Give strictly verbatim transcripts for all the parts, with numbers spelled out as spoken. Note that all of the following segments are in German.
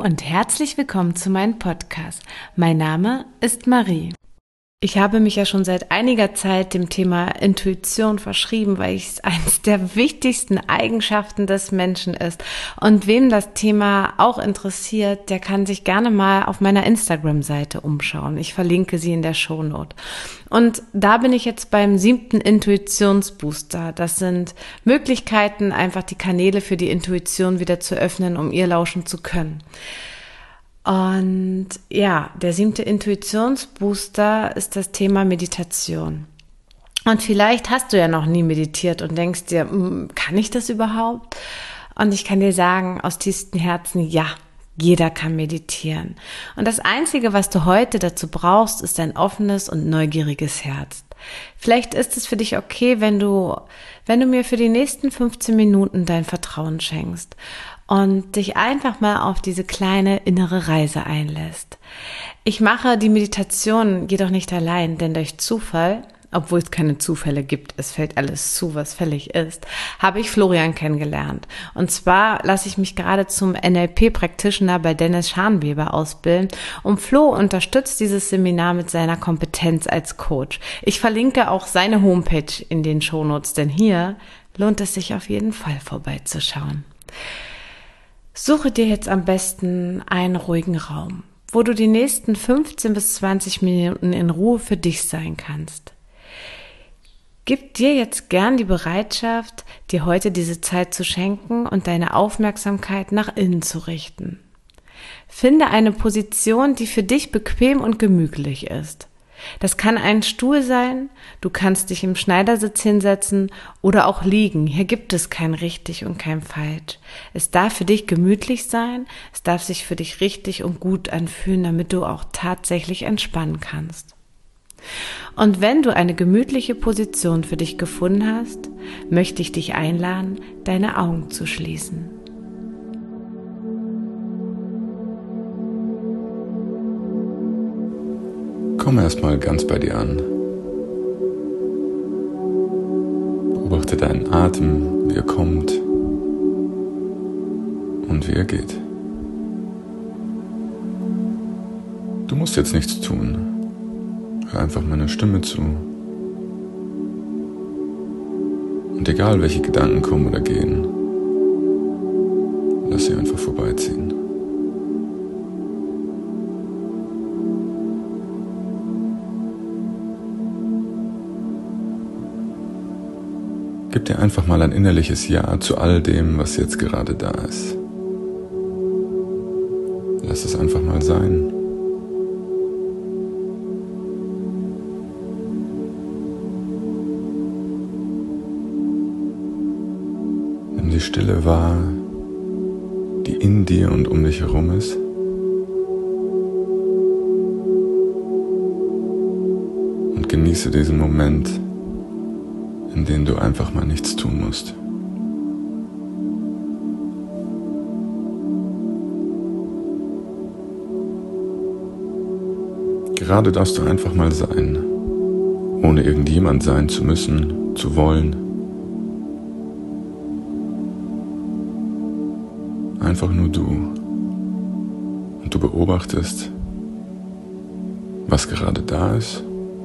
und herzlich willkommen zu meinem Podcast. Mein Name ist Marie. Ich habe mich ja schon seit einiger Zeit dem Thema Intuition verschrieben, weil es eines der wichtigsten Eigenschaften des Menschen ist. Und wem das Thema auch interessiert, der kann sich gerne mal auf meiner Instagram-Seite umschauen. Ich verlinke sie in der Shownote. Und da bin ich jetzt beim siebten Intuitionsbooster. Das sind Möglichkeiten, einfach die Kanäle für die Intuition wieder zu öffnen, um ihr lauschen zu können. Und ja, der siebte Intuitionsbooster ist das Thema Meditation. Und vielleicht hast du ja noch nie meditiert und denkst dir, kann ich das überhaupt? Und ich kann dir sagen, aus tiefstem Herzen, ja, jeder kann meditieren. Und das Einzige, was du heute dazu brauchst, ist ein offenes und neugieriges Herz. Vielleicht ist es für dich okay, wenn du, wenn du mir für die nächsten fünfzehn Minuten dein Vertrauen schenkst und dich einfach mal auf diese kleine innere Reise einlässt. Ich mache die Meditation jedoch nicht allein, denn durch Zufall, obwohl es keine Zufälle gibt, es fällt alles zu, was fällig ist, habe ich Florian kennengelernt. Und zwar lasse ich mich gerade zum N L P-Practitioner bei Dennis Scharnweber ausbilden und Flo unterstützt dieses Seminar mit seiner Kompetenz als Coach. Ich verlinke auch seine Homepage in den Shownotes, denn hier lohnt es sich auf jeden Fall vorbeizuschauen. Suche dir jetzt am besten einen ruhigen Raum, wo du die nächsten fünfzehn bis zwanzig Minuten in Ruhe für dich sein kannst. Gib dir jetzt gern die Bereitschaft, dir heute diese Zeit zu schenken und deine Aufmerksamkeit nach innen zu richten. Finde eine Position, die für dich bequem und gemütlich ist. Das kann ein Stuhl sein, du kannst dich im Schneidersitz hinsetzen oder auch liegen. Hier gibt es kein richtig und kein falsch. Es darf für dich gemütlich sein, es darf sich für dich richtig und gut anfühlen, damit du auch tatsächlich entspannen kannst. Und wenn du eine gemütliche Position für dich gefunden hast, möchte ich dich einladen, deine Augen zu schließen. Komm erstmal ganz bei dir an. Beobachte deinen Atem, wie er kommt und wie er geht. Du musst jetzt nichts tun. Hör einfach meiner Stimme zu. Und egal welche Gedanken kommen oder gehen, lass sie einfach vorbeiziehen. Gib dir einfach mal ein innerliches Ja zu all dem, was jetzt gerade da ist. Lass es einfach mal sein. Nimm die Stille wahr, die in dir und um dich herum ist. Und genieße diesen Moment, in denen du einfach mal nichts tun musst. Gerade darfst du einfach mal sein, ohne irgendjemand sein zu müssen, zu wollen. Einfach nur du. Und du beobachtest, was gerade da ist.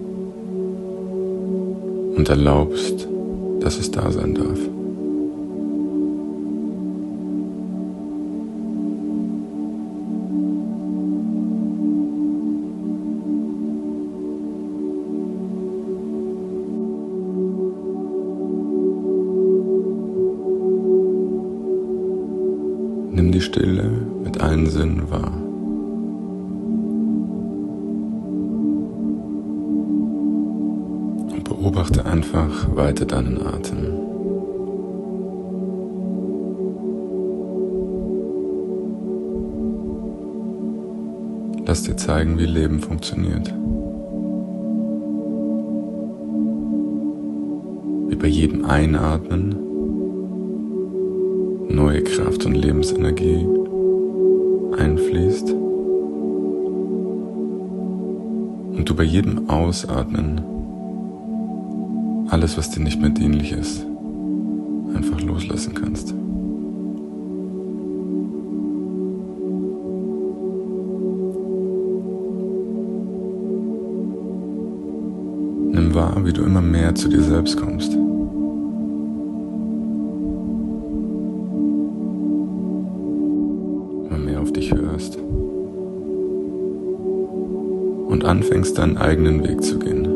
Und erlaubst, dass es da sein darf. Nimm die Stille mit allen Sinnen wahr. Beobachte einfach weiter deinen Atem. Lass dir zeigen, wie Leben funktioniert. Wie bei jedem Einatmen neue Kraft und Lebensenergie einfließt und du bei jedem Ausatmen alles, was dir nicht mehr dienlich ist, einfach loslassen kannst. wahr, wie du immer mehr zu dir selbst kommst. Immer mehr auf dich hörst. Und anfängst, deinen eigenen Weg zu gehen.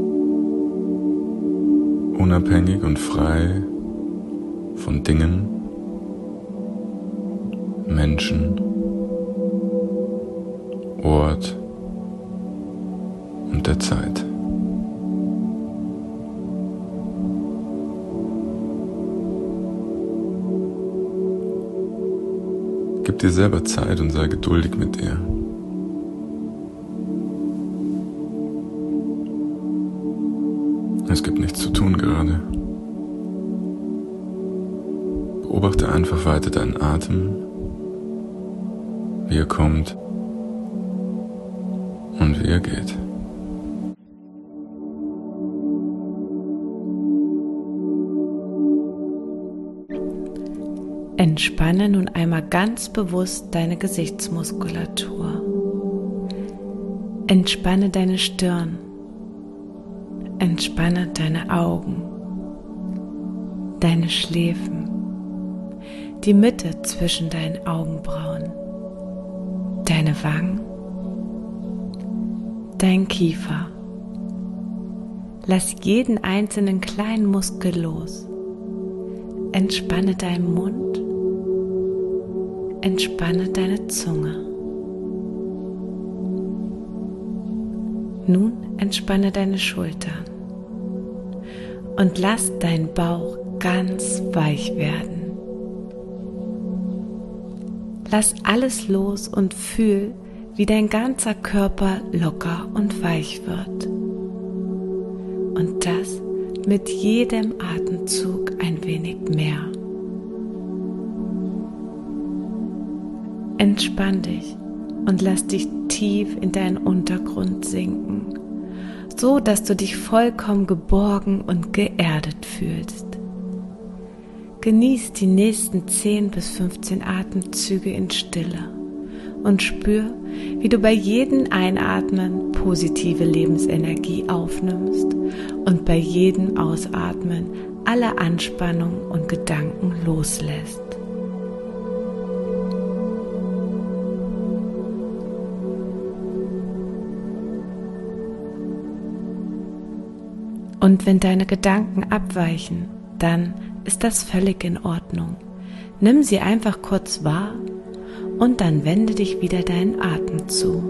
Unabhängig und frei von Dingen, Menschen, Ort und der Zeit. Gib dir selber Zeit und sei geduldig mit dir. Es gibt nichts zu tun gerade. Beobachte einfach weiter deinen Atem, wie er kommt und wie er geht. Entspanne nun einmal ganz bewusst deine Gesichtsmuskulatur. Entspanne deine Stirn. Entspanne deine Augen, deine Schläfen, die Mitte zwischen deinen Augenbrauen, deine Wangen, dein Kiefer. Lass jeden einzelnen kleinen Muskel los. Entspanne deinen Mund. Entspanne deine Zunge. Nun entspanne deine Schultern und lass deinen Bauch ganz weich werden. Lass alles los und fühl, wie dein ganzer Körper locker und weich wird. Und das mit jedem Atemzug ein wenig mehr. Entspann dich und lass dich tief in deinen Untergrund sinken, so dass du dich vollkommen geborgen und geerdet fühlst. Genieß die nächsten zehn bis fünfzehn Atemzüge in Stille und spür, wie du bei jedem Einatmen positive Lebensenergie aufnimmst und bei jedem Ausatmen alle Anspannung und Gedanken loslässt. Und wenn deine Gedanken abweichen, dann ist das völlig in Ordnung. Nimm sie einfach kurz wahr und dann wende dich wieder deinen Atem zu.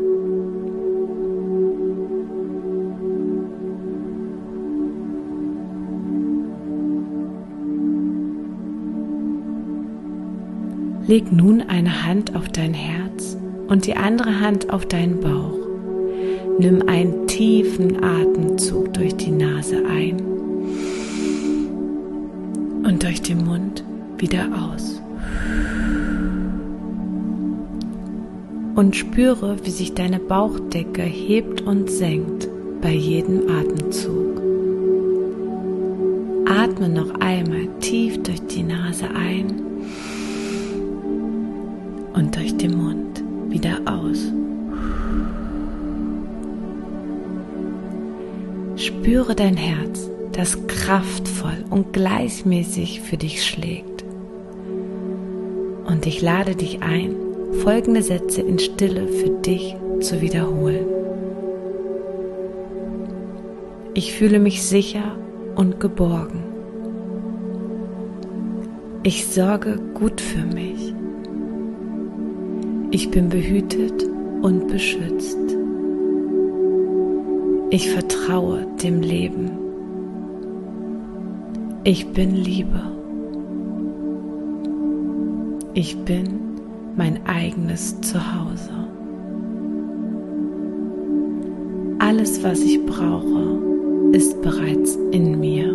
Leg nun eine Hand auf dein Herz und die andere Hand auf deinen Bauch. Nimm einen tiefen Atemzug durch die Nase ein und durch den Mund wieder aus. Und spüre, wie sich deine Bauchdecke hebt und senkt bei jedem Atemzug. Atme noch einmal tief durch die Nase ein und durch den Mund wieder aus. Spüre dein Herz, das kraftvoll und gleichmäßig für dich schlägt. Und ich lade dich ein, folgende Sätze in Stille für dich zu wiederholen. Ich fühle mich sicher und geborgen. Ich sorge gut für mich. Ich bin behütet und beschützt. Ich vertraue dem Leben. Ich bin Liebe. Ich bin mein eigenes Zuhause. Alles, was ich brauche, ist bereits in mir.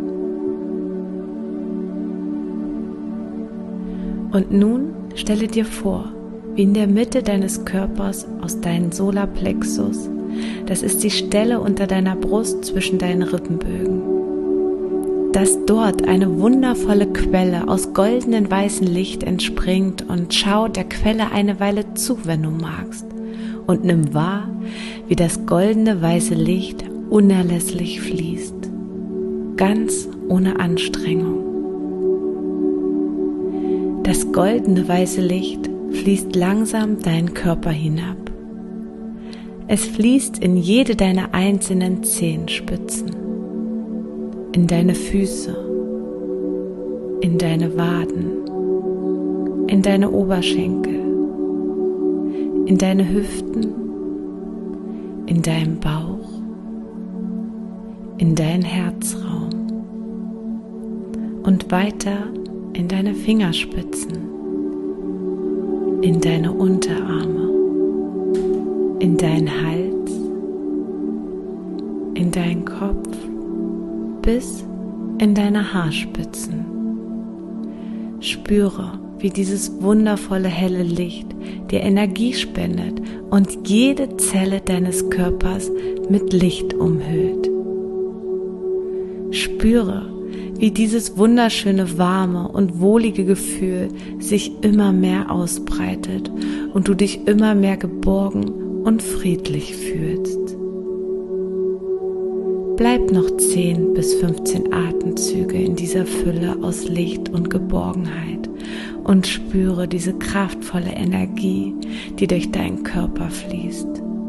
Und nun stelle dir vor, wie in der Mitte deines Körpers aus deinem Solarplexus, das ist die Stelle unter deiner Brust zwischen deinen Rippenbögen, dass dort eine wundervolle Quelle aus goldenem weißem Licht entspringt, und schau der Quelle eine Weile zu, wenn du magst, und nimm wahr, wie das goldene weiße Licht unerlässlich fließt, ganz ohne Anstrengung. Das goldene weiße Licht fließt langsam deinen Körper hinab. Es fließt in jede deiner einzelnen Zehenspitzen, in deine Füße, in deine Waden, in deine Oberschenkel, in deine Hüften, in deinen Bauch, in deinen Herzraum und weiter in deine Fingerspitzen, in deine Unterarme, in deinen Hals, in deinen Kopf, bis in deine Haarspitzen. Spüre, wie dieses wundervolle helle Licht dir Energie spendet und jede Zelle deines Körpers mit Licht umhüllt. Spüre, wie dieses wunderschöne, warme und wohlige Gefühl sich immer mehr ausbreitet und du dich immer mehr geborgen und friedlich fühlst. Bleib noch zehn bis fünfzehn Atemzüge in dieser Fülle aus Licht und Geborgenheit und spüre diese kraftvolle Energie, die durch deinen Körper fließt.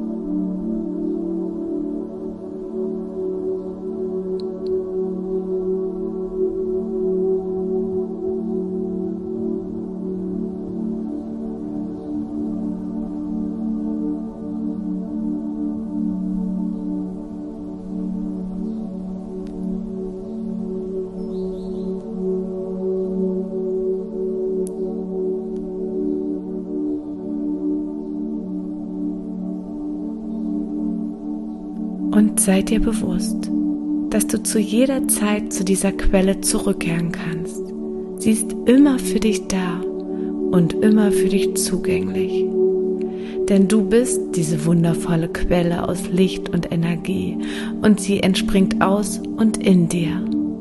Und sei dir bewusst, dass du zu jeder Zeit zu dieser Quelle zurückkehren kannst. Sie ist immer für dich da und immer für dich zugänglich. Denn du bist diese wundervolle Quelle aus Licht und Energie und sie entspringt aus und in dir.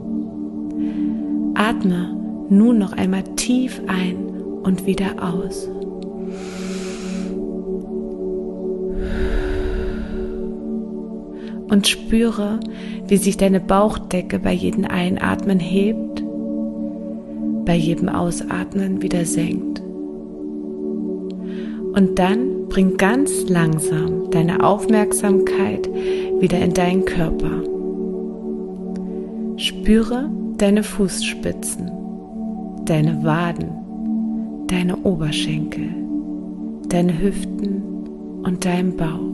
Atme nun noch einmal tief ein und wieder aus. Und spüre, wie sich deine Bauchdecke bei jedem Einatmen hebt, bei jedem Ausatmen wieder senkt. Und dann bring ganz langsam deine Aufmerksamkeit wieder in deinen Körper. Spüre deine Fußspitzen, deine Waden, deine Oberschenkel, deine Hüften und deinen Bauch.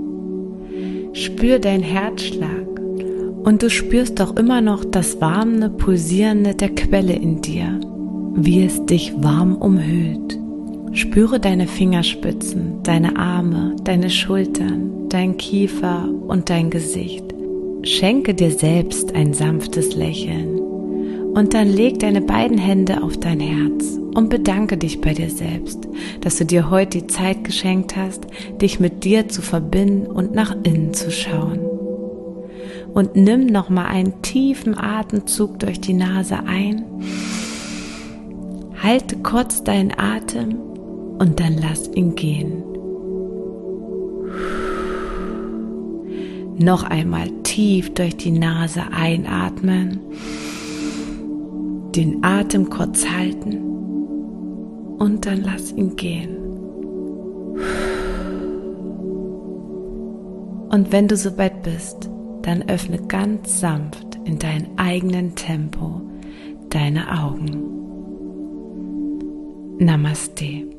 Spür deinen Herzschlag und du spürst auch immer noch das warme, pulsierende der Quelle in dir, wie es dich warm umhüllt. Spüre deine Fingerspitzen, deine Arme, deine Schultern, dein Kiefer und dein Gesicht. Schenke dir selbst ein sanftes Lächeln und dann leg deine beiden Hände auf dein Herz und bedanke dich bei dir selbst, dass du dir heute die Zeit geschenkt hast, dich mit dir zu verbinden und nach innen zu schauen. Und nimm nochmal einen tiefen Atemzug durch die Nase ein, halte kurz deinen Atem und dann lass ihn gehen. Noch einmal tief durch die Nase einatmen, den Atem kurz halten und dann lass ihn gehen. Und wenn du soweit bist, dann öffne ganz sanft in deinem eigenen Tempo deine Augen. Namaste.